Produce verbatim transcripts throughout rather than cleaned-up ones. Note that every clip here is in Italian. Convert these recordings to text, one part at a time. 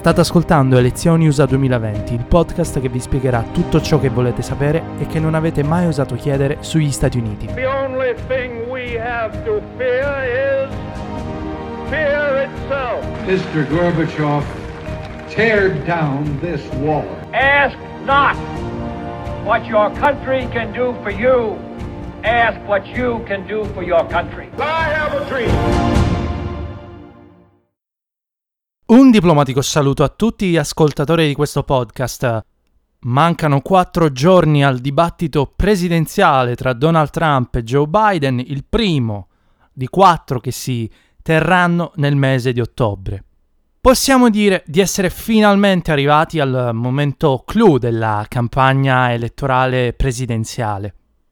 State ascoltando Elezioni U S A duemilaventi, il podcast che vi spiegherà tutto ciò che volete sapere e che non avete mai osato chiedere sugli Stati Uniti. The only thing we have to fear is fear itself. mister Gorbachev, tear down this wall. Ask not what your country can do for you. Ask what you can do for your country. I have a dream. Un diplomatico saluto a tutti gli ascoltatori di questo podcast. Mancano quattro giorni al dibattito presidenziale tra Donald Trump e Joe Biden, il primo di quattro che si terranno nel mese di ottobre. Possiamo dire di essere finalmente arrivati al momento clou della campagna elettorale presidenziale.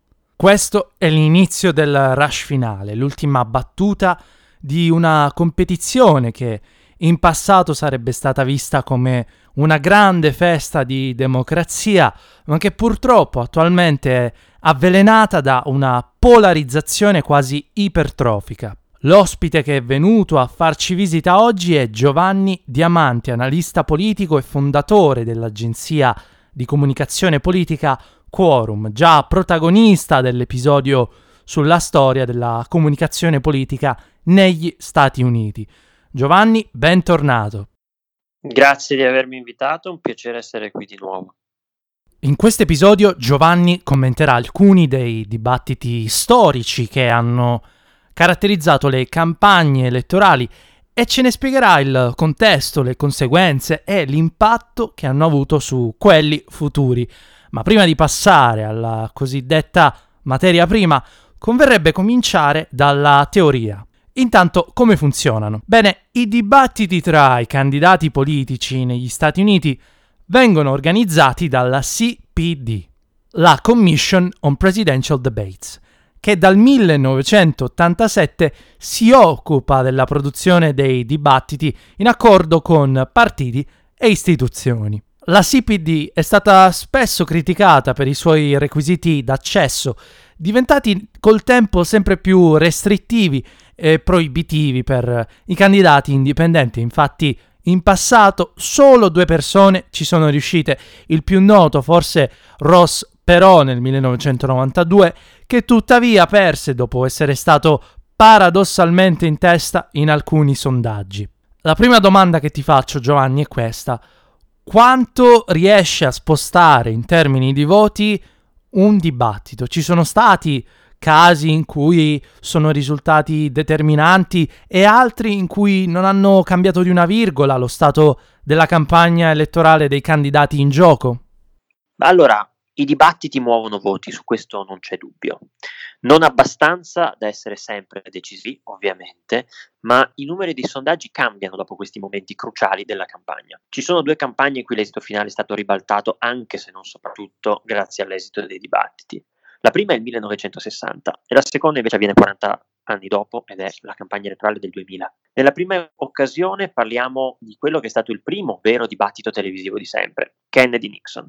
Questo è l'inizio del rush finale, l'ultima battuta di una competizione che in passato sarebbe stata vista come una grande festa di democrazia, ma che purtroppo attualmente è avvelenata da una polarizzazione quasi ipertrofica. L'ospite che è venuto a farci visita oggi è Giovanni Diamanti, analista politico e fondatore dell'agenzia di comunicazione politica Quorum, già protagonista dell'episodio sulla storia della comunicazione politica negli Stati Uniti. Giovanni, bentornato. Grazie di avermi invitato, è un piacere essere qui di nuovo. In questo episodio Giovanni commenterà alcuni dei dibattiti storici che hanno caratterizzato le campagne elettorali e ce ne spiegherà il contesto, le conseguenze e l'impatto che hanno avuto su quelli futuri. Ma prima di passare alla cosiddetta materia prima, converrebbe cominciare dalla teoria. Intanto, come funzionano? Bene, i dibattiti tra i candidati politici negli Stati Uniti vengono organizzati dalla C P D, la Commission on Presidential Debates, che dal millenovecentottantasette si occupa della produzione dei dibattiti in accordo con partiti e istituzioni. La C P D è stata spesso criticata per i suoi requisiti d'accesso, diventati col tempo sempre più restrittivi e proibitivi per i candidati indipendenti. Infatti in passato solo due persone ci sono riuscite, il più noto forse Ross Perot nel millenovecentonovantadue, che tuttavia perse dopo essere stato paradossalmente in testa in alcuni sondaggi. La prima domanda che ti faccio, Giovanni, è questa: quanto riesce a spostare in termini di voti un dibattito? Ci sono stati casi in cui sono risultati determinanti e altri in cui non hanno cambiato di una virgola lo stato della campagna elettorale dei candidati in gioco? Allora, i dibattiti muovono voti, su questo non c'è dubbio. Non abbastanza da essere sempre decisivi, ovviamente, ma i numeri dei sondaggi cambiano dopo questi momenti cruciali della campagna. Ci sono due campagne in cui l'esito finale è stato ribaltato, anche se non soprattutto grazie all'esito dei dibattiti. La prima è il millenovecentosessanta e la seconda invece avviene quaranta anni dopo ed è la campagna elettorale del duemila. Nella prima occasione parliamo di quello che è stato il primo vero dibattito televisivo di sempre, Kennedy-Nixon.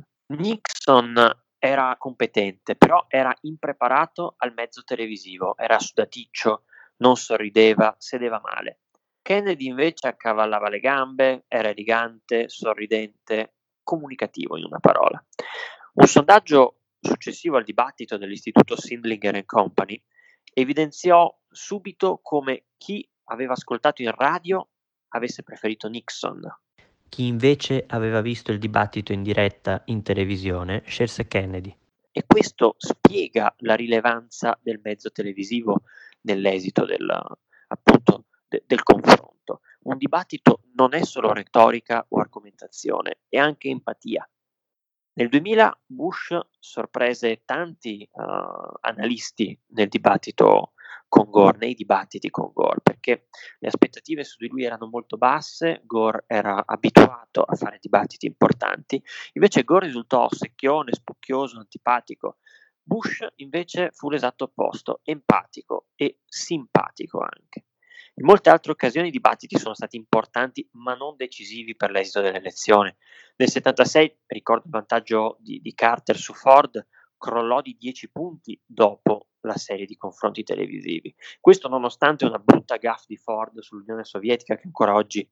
Nixon era competente, però era impreparato al mezzo televisivo, era sudaticcio, non sorrideva, sedeva male. Kennedy invece accavallava le gambe, era elegante, sorridente, comunicativo in una parola. Un sondaggio successivo al dibattito dell'istituto Sindlinger and Company evidenziò subito come chi aveva ascoltato in radio avesse preferito Nixon. Chi invece aveva visto il dibattito in diretta in televisione scelse Kennedy. E questo spiega la rilevanza del mezzo televisivo nell'esito del, appunto, de, del confronto. Un dibattito non è solo retorica o argomentazione, è anche empatia. Nel duemila Bush sorprese tanti uh, analisti nel dibattito con Gore, nei dibattiti con Gore, perché le aspettative su di lui erano molto basse. Gore era abituato a fare dibattiti importanti, invece Gore risultò secchione, spocchioso, antipatico. Bush invece fu l'esatto opposto, empatico e simpatico anche. In molte altre occasioni i dibattiti sono stati importanti ma non decisivi per l'esito dell'elezione. Nel settantasei, ricordo il vantaggio di, di Carter su Ford, crollò di dieci punti dopo la serie di confronti televisivi. Questo nonostante una brutta gaffe di Ford sull'Unione Sovietica che ancora oggi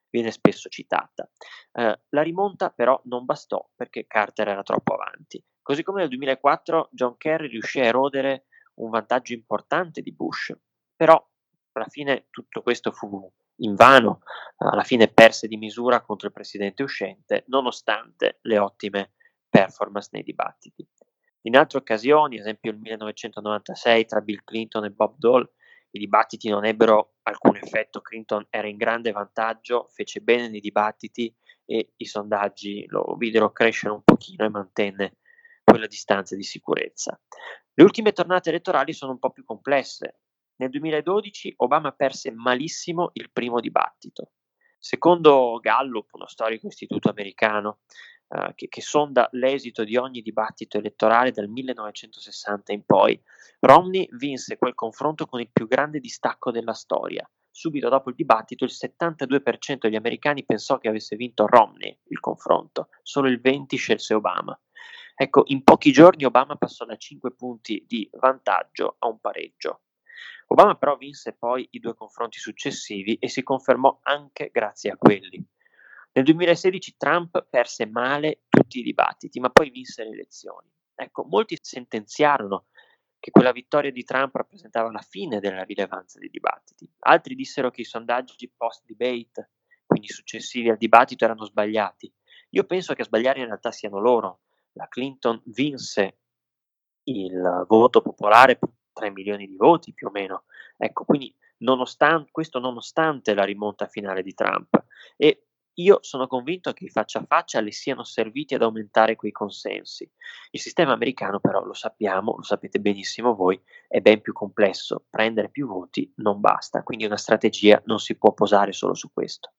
viene spesso citata. Eh, la rimonta però non bastò perché Carter era troppo avanti. Così come nel duemilaquattro John Kerry riuscì a erodere un vantaggio importante di Bush, però alla fine tutto questo fu invano, alla fine perse di misura contro il presidente uscente, nonostante le ottime performance nei dibattiti. In altre occasioni, ad esempio il millenovecentonovantasei tra Bill Clinton e Bob Dole, i dibattiti non ebbero alcun effetto. Clinton era in grande vantaggio, fece bene nei dibattiti e i sondaggi lo videro crescere un pochino e mantenne quella distanza di sicurezza. Le ultime tornate elettorali sono un po' più complesse. Nel duemiladodici Obama perse malissimo il primo dibattito. Secondo Gallup, uno storico istituto americano, Uh, che, che sonda l'esito di ogni dibattito elettorale dal millenovecentosessanta in poi, Romney vinse quel confronto con il più grande distacco della storia. Subito dopo il dibattito il settantadue per cento degli americani pensò che avesse vinto Romney il confronto, solo il venti per cento scelse Obama. Ecco, in pochi giorni Obama passò da cinque punti di vantaggio a un pareggio. Obama però vinse poi i due confronti successivi e si confermò anche grazie a quelli. Nel duemilasedici Trump perse male tutti i dibattiti, ma poi vinse le elezioni. Ecco, molti sentenziarono che quella vittoria di Trump rappresentava la fine della rilevanza dei dibattiti. Altri dissero che i sondaggi post-debate, quindi successivi al dibattito, erano sbagliati. Io penso che a sbagliare in realtà siano loro. La Clinton vinse il voto popolare per tre milioni di voti più o meno. Ecco, quindi nonostante, questo nonostante la rimonta finale di Trump. E io sono convinto che i faccia a faccia le siano serviti ad aumentare quei consensi. Il sistema americano però, lo sappiamo, lo sapete benissimo voi, è ben più complesso. Prendere più voti non basta, quindi una strategia non si può posare solo su questo.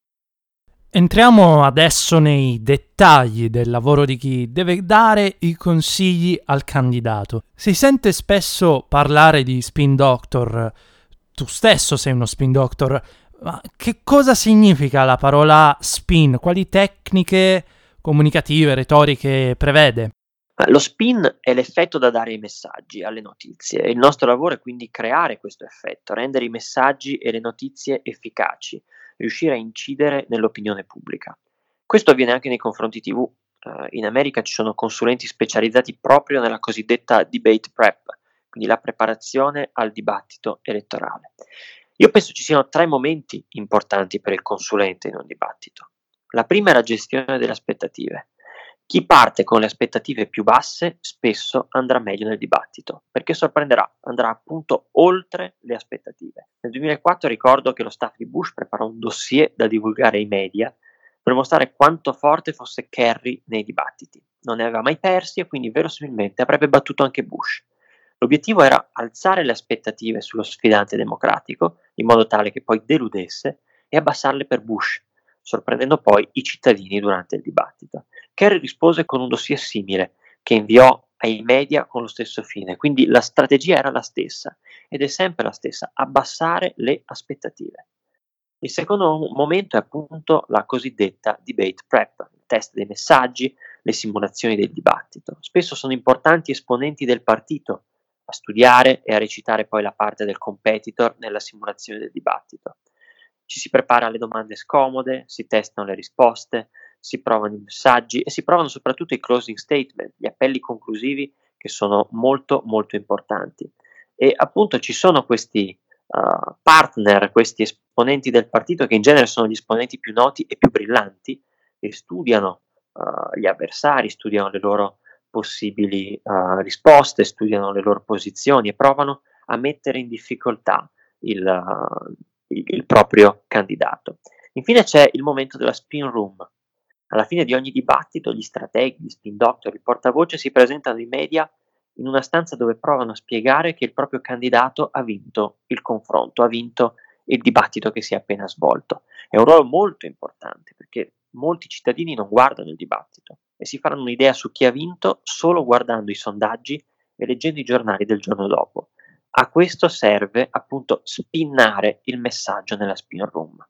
Entriamo adesso nei dettagli del lavoro di chi deve dare i consigli al candidato. Si sente spesso parlare di spin doctor, tu stesso sei uno spin doctor. Ma che cosa significa la parola spin? Quali tecniche comunicative, retoriche prevede? Lo spin è l'effetto da dare ai messaggi, alle notizie. Il nostro lavoro è quindi creare questo effetto, rendere i messaggi e le notizie efficaci, riuscire a incidere nell'opinione pubblica. Questo avviene anche nei confronti tivù. Uh, in America ci sono consulenti specializzati proprio nella cosiddetta debate prep, quindi la preparazione al dibattito elettorale. Io penso ci siano tre momenti importanti per il consulente in un dibattito. La prima è la gestione delle aspettative. Chi parte con le aspettative più basse spesso andrà meglio nel dibattito, perché sorprenderà, andrà appunto oltre le aspettative. Nel duemilaquattro ricordo che lo staff di Bush preparò un dossier da divulgare ai media per mostrare quanto forte fosse Kerry nei dibattiti. Non ne aveva mai persi e quindi verosimilmente avrebbe battuto anche Bush. L'obiettivo era alzare le aspettative sullo sfidante democratico in modo tale che poi deludesse e abbassarle per Bush, sorprendendo poi i cittadini durante il dibattito. Kerry rispose con un dossier simile che inviò ai media con lo stesso fine, quindi la strategia era la stessa ed è sempre la stessa, abbassare le aspettative. Il secondo momento è appunto la cosiddetta debate prep, il test dei messaggi, le simulazioni del dibattito. Spesso sono importanti esponenti del partito a studiare e a recitare poi la parte del competitor nella simulazione del dibattito. Ci si prepara alle domande scomode, si testano le risposte, si provano i messaggi e si provano soprattutto i closing statement, gli appelli conclusivi che sono molto molto importanti. E appunto ci sono questi uh, partner, questi esponenti del partito che in genere sono gli esponenti più noti e più brillanti e studiano uh, gli avversari, studiano le loro possibili uh, risposte, studiano le loro posizioni e provano a mettere in difficoltà il, uh, il, il proprio candidato. Infine c'è il momento della spin room. Alla fine di ogni dibattito gli strateghi, gli spin doctor, il portavoce si presentano ai media in una stanza dove provano a spiegare che il proprio candidato ha vinto il confronto, ha vinto il dibattito che si è appena svolto. È un ruolo molto importante perché molti cittadini non guardano il dibattito e si faranno un'idea su chi ha vinto solo guardando i sondaggi e leggendo i giornali del giorno dopo. A questo serve appunto spinnare il messaggio nella spin room.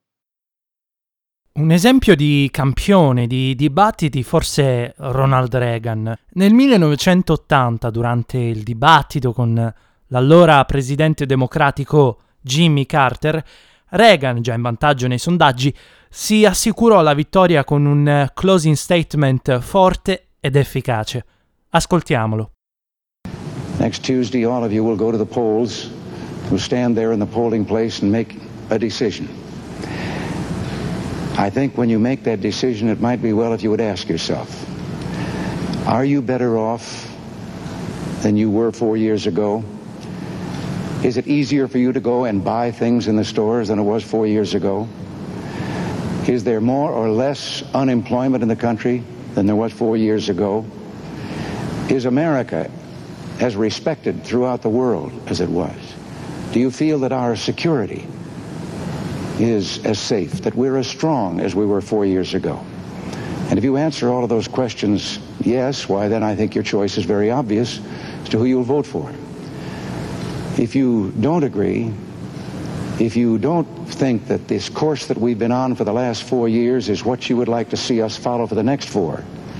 Un esempio di campione di dibattiti forse è Ronald Reagan. Nel millenovecentottanta, durante il dibattito con l'allora presidente democratico Jimmy Carter, Reagan, già in vantaggio nei sondaggi, si assicurò la vittoria con un closing statement forte ed efficace. Ascoltiamolo. Next Tuesday, all of you will go to the polls, will stand there in the polling place and make a decision. I think when you make that decision, it might be well if you would ask yourself, are you better off than you were four years ago? Is it easier for you to go and buy things in the stores than it was four years ago? Is there more or less unemployment in the country than there was four years ago? Is America as respected throughout the world as it was? Do you feel that our security is as safe, that we're as strong as we were four years ago? And if you answer all of those questions yes, why then I think your choice is very obvious as to who you'll vote for. If you don't agree, if you don't think that this course that we've been on for the last four years is what you would like to see us follow for the next four,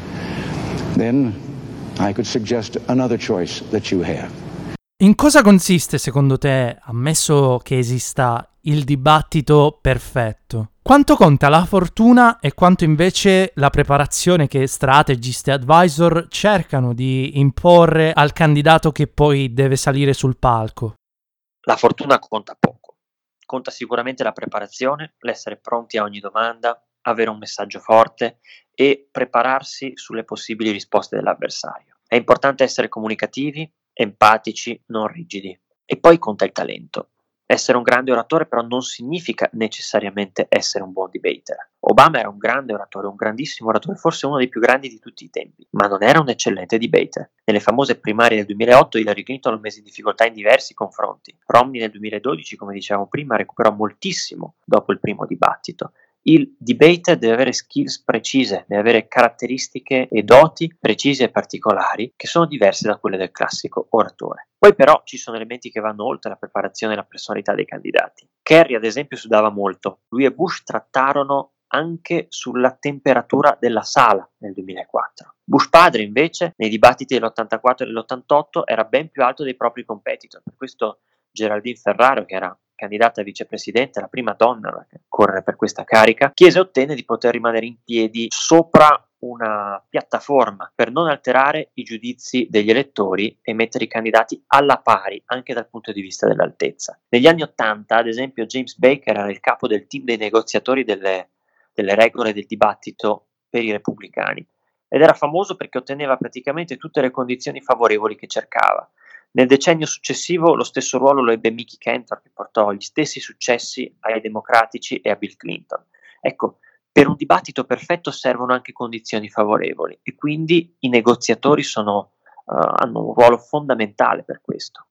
then I could suggest another choice that you have. In cosa consiste, secondo te, ammesso che esista il dibattito perfetto? Quanto conta la fortuna e quanto invece la preparazione che strategist e advisor cercano di imporre al candidato che poi deve salire sul palco? La fortuna conta poco. Conta sicuramente la preparazione, l'essere pronti a ogni domanda, avere un messaggio forte e prepararsi sulle possibili risposte dell'avversario. È importante essere comunicativi, empatici, non rigidi. E poi conta il talento. Essere un grande oratore però non significa necessariamente essere un buon debater. Obama era un grande oratore, un grandissimo oratore, forse uno dei più grandi di tutti i tempi, ma non era un eccellente debater. Nelle famose primarie del duemilaotto Hillary Clinton lo mise in difficoltà in diversi confronti. Romney nel duemiladodici, come dicevamo prima, recuperò moltissimo dopo il primo dibattito. Il debater deve avere skills precise, deve avere caratteristiche e doti precise e particolari che sono diverse da quelle del classico oratore. Poi però ci sono elementi che vanno oltre la preparazione e la personalità dei candidati. Kerry ad esempio sudava molto, lui e Bush trattarono anche sulla temperatura della sala nel duemilaquattro. Bush padre invece nei dibattiti dell'ottantaquattro e dell'ottantotto era ben più alto dei propri competitor, per questo Geraldine Ferraro, che era candidata a vicepresidente, la prima donna a correre per questa carica, chiese e ottenne di poter rimanere in piedi sopra una piattaforma per non alterare i giudizi degli elettori e mettere i candidati alla pari anche dal punto di vista dell'altezza. Negli anni Ottanta, ad esempio, James Baker era il capo del team dei negoziatori delle, delle regole del dibattito per i repubblicani ed era famoso perché otteneva praticamente tutte le condizioni favorevoli che cercava. Nel decennio successivo lo stesso ruolo lo ebbe Mickey Cantor, che portò gli stessi successi ai democratici e a Bill Clinton. Ecco, per un dibattito perfetto servono anche condizioni favorevoli e quindi i negoziatori sono, uh, hanno un ruolo fondamentale per questo.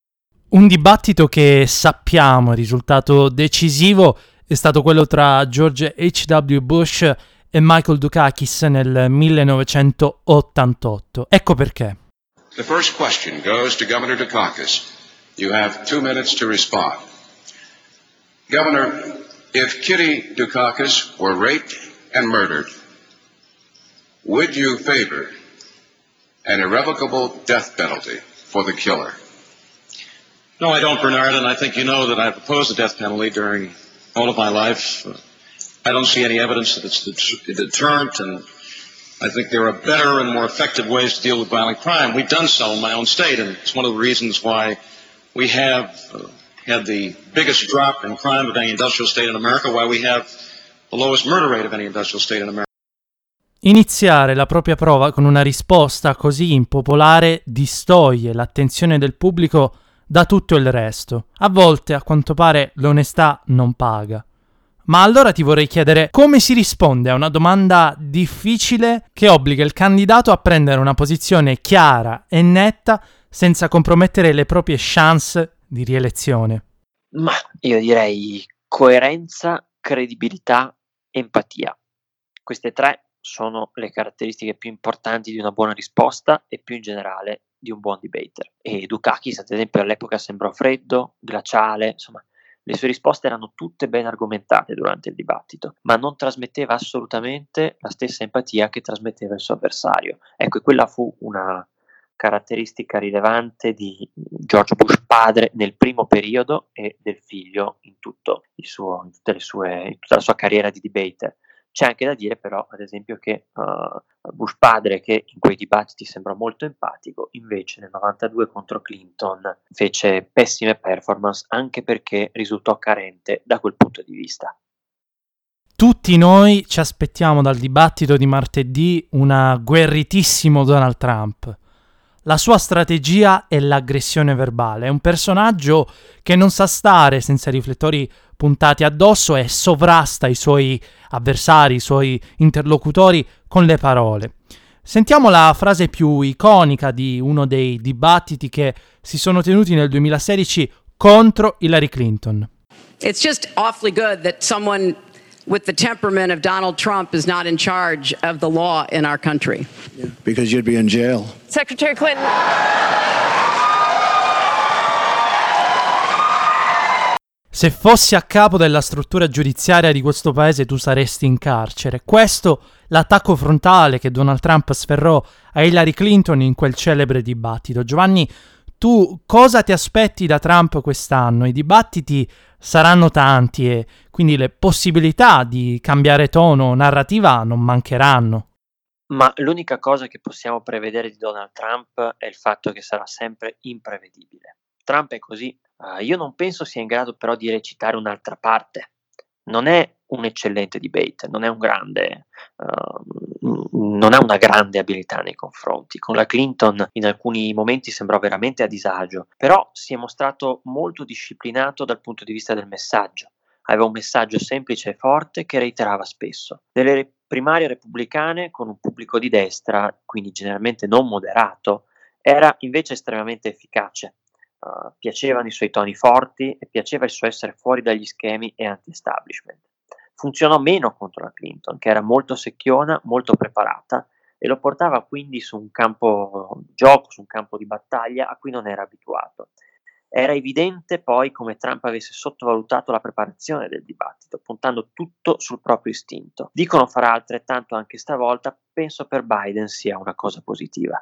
Un dibattito che sappiamo è risultato decisivo è stato quello tra George H W. Bush e Michael Dukakis nel millenovecentottantotto. Ecco perché. The first question goes to Governor Dukakis. You have two minutes to respond. Governor, if Kitty Dukakis were raped and murdered, would you favor an irrevocable death penalty for the killer? No, I don't, Bernard, and I think you know that I've opposed the death penalty during all of my life. I don't see any evidence that it's a deterrent, and I think there are better and more effective ways to deal with violent crime. We've done so in my own state, and it's one of the reasons why we have uh, had the biggest drop in crime of any industrial state in America, why we have the lowest murder rate of any industrial state in America. Iniziare la propria prova con una risposta così impopolare distoglie l'attenzione del pubblico da tutto il resto. A volte, a quanto pare, l'onestà non paga. Ma allora ti vorrei chiedere come si risponde a una domanda difficile che obbliga il candidato a prendere una posizione chiara e netta senza compromettere le proprie chance di rielezione. Ma io direi coerenza, credibilità, empatia. Queste tre sono le caratteristiche più importanti di una buona risposta e più in generale di un buon debater. E Dukakis, ad esempio, all'epoca sembrò freddo, glaciale, insomma, le sue risposte erano tutte ben argomentate durante il dibattito, ma non trasmetteva assolutamente la stessa empatia che trasmetteva il suo avversario. Ecco, e quella fu una, caratteristica rilevante di George Bush padre nel primo periodo e del figlio in tutto il suo, in tutte le sue, in tutta la sua carriera di debater. C'è anche da dire però, ad esempio, che uh, Bush padre, che in quei dibattiti sembra molto empatico, invece nel novantadue contro Clinton fece pessime performance, anche perché risultò carente da quel punto di vista. Tutti noi ci aspettiamo dal dibattito di martedì un agguerritissimo Donald Trump. La sua strategia è l'aggressione verbale, è un personaggio che non sa stare senza riflettori puntati addosso e sovrasta i suoi avversari, i suoi interlocutori con le parole. Sentiamo la frase più iconica di uno dei dibattiti che si sono tenuti nel duemilasedici contro Hillary Clinton. It's just awfully good that someone with the temperament of Donald Trump is not in charge of the law in our country. Yeah, because you'd be in jail. Secretary Clinton. Se fossi a capo della struttura giudiziaria di questo paese tu saresti in carcere. Questo l'attacco frontale che Donald Trump sferrò a Hillary Clinton in quel celebre dibattito. Giovanni, tu cosa ti aspetti da Trump quest'anno? I dibattiti saranno tanti e quindi le possibilità di cambiare tono narrativa non mancheranno. Ma l'unica cosa che possiamo prevedere di Donald Trump è il fatto che sarà sempre imprevedibile. Trump è così. Uh, io non penso sia in grado però di recitare un'altra parte. Non è un eccellente debater, non è un grande, uh, non ha una grande abilità nei confronti. Con la Clinton in alcuni momenti sembrò veramente a disagio, però si è mostrato molto disciplinato dal punto di vista del messaggio. Aveva un messaggio semplice e forte che reiterava spesso. Nelle primarie repubblicane, con un pubblico di destra, quindi generalmente non moderato, era invece estremamente efficace. Uh, piacevano i suoi toni forti e piaceva il suo essere fuori dagli schemi e anti-establishment. Funzionò meno contro la Clinton, che era molto secchiona, molto preparata e lo portava quindi su un campo gioco, su un campo di battaglia a cui non era abituato. Era evidente poi come Trump avesse sottovalutato la preparazione del dibattito, puntando tutto sul proprio istinto. Dicono farà altrettanto anche stavolta, penso per Biden sia una cosa positiva.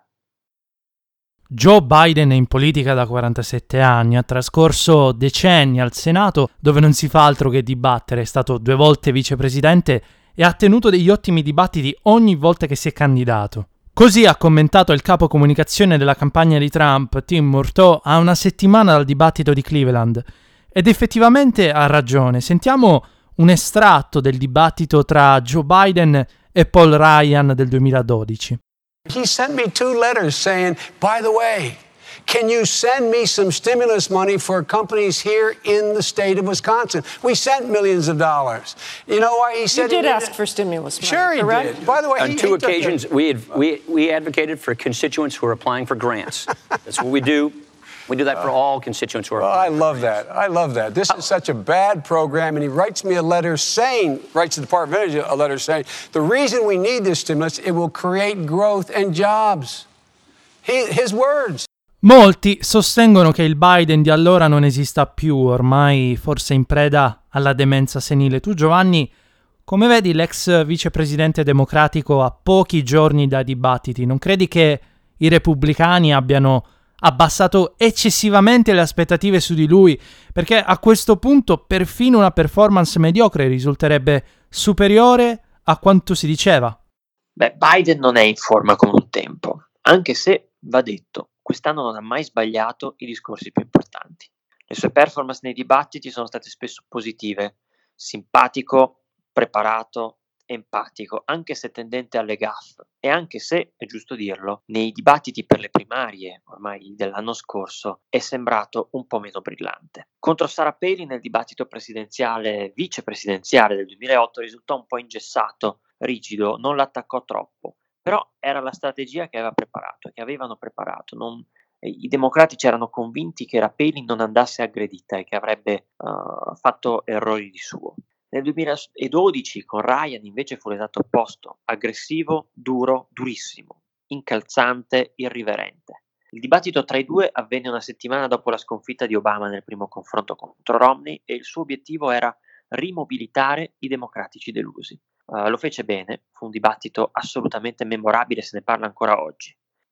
Joe Biden è in politica da quarantasette anni, ha trascorso decenni al Senato dove non si fa altro che dibattere, è stato due volte vicepresidente e ha tenuto degli ottimi dibattiti ogni volta che si è candidato. Così ha commentato il capo comunicazione della campagna di Trump, Tim Murtaugh, a una settimana dal dibattito di Cleveland. Ed effettivamente ha ragione. Sentiamo un estratto del dibattito tra Joe Biden e Paul Ryan del duemiladodici. He sent me two letters saying, by the way, can you send me some stimulus money for companies here in the state of Wisconsin? We sent millions of dollars. You know why he said you did he ask for stimulus money? Sure, he correct? did. By the way, on he, two he occasions, we, had, we we advocated for constituents who are applying for grants. That's what we do. We do that for all constituents who are. Well, I love that. I love that. This is such a bad program, and he writes me a letter saying, writes the Department of Energy a letter saying, the reason we need this stimulus, it will create growth and jobs. He, his words. Molti sostengono che il Biden di allora non esista più, ormai forse in preda alla demenza senile. Tu, Giovanni, come vedi l'ex vicepresidente democratico a pochi giorni dai dibattiti? Non credi che i repubblicani abbiano abbassato eccessivamente le aspettative su di lui, perché a questo punto perfino una performance mediocre risulterebbe superiore a quanto si diceva? Beh, Biden non è in forma come un tempo, anche se, va detto, quest'anno non ha mai sbagliato i discorsi più importanti. Le sue performance nei dibattiti sono state spesso positive, simpatico, preparato, empatico, anche se tendente alle gaffe, e anche se, è giusto dirlo, nei dibattiti per le primarie, ormai dell'anno scorso, è sembrato un po' meno brillante. Contro Sarah Palin nel dibattito presidenziale, vicepresidenziale del duemilaotto risultò un po' ingessato, rigido, non l'attaccò troppo, però era la strategia che aveva preparato, che avevano preparato. Non, eh, I democratici erano convinti che la Palin non andasse aggredita e che avrebbe uh, fatto errori di suo. Nel duemiladodici con Ryan invece fu l'esatto opposto, aggressivo, duro, durissimo, incalzante, irriverente. Il dibattito tra i due avvenne una settimana dopo la sconfitta di Obama nel primo confronto contro Romney e il suo obiettivo era rimobilitare i democratici delusi. Uh, lo fece bene, fu un dibattito assolutamente memorabile, se ne parla ancora oggi.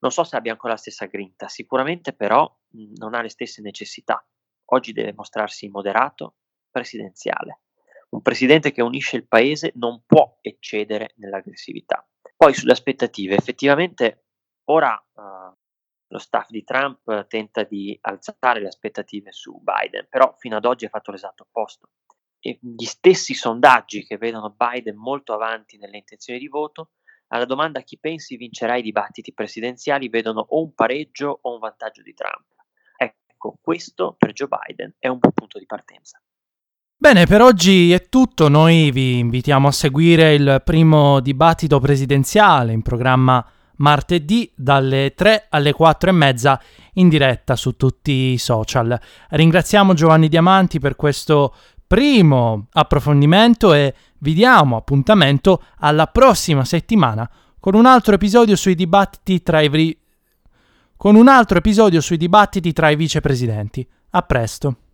Non so se abbia ancora la stessa grinta, sicuramente però mh, non ha le stesse necessità. Oggi deve mostrarsi moderato, presidenziale. Un presidente che unisce il paese non può eccedere nell'aggressività. Poi sulle aspettative, effettivamente ora uh, lo staff di Trump tenta di alzare le aspettative su Biden, però fino ad oggi ha fatto l'esatto opposto. E gli stessi sondaggi che vedono Biden molto avanti nelle intenzioni di voto, alla domanda chi pensi vincerà i dibattiti presidenziali vedono o un pareggio o un vantaggio di Trump. Ecco, questo per Joe Biden è un buon punto di partenza. Bene, per oggi è tutto. Noi vi invitiamo a seguire il primo dibattito presidenziale in programma martedì dalle tre alle quattro e mezza in diretta su tutti i social. Ringraziamo Giovanni Diamanti per questo primo approfondimento e vi diamo appuntamento alla prossima settimana con un altro episodio sui dibattiti tra i vi- con un altro episodio sui dibattiti tra i vicepresidenti. A presto.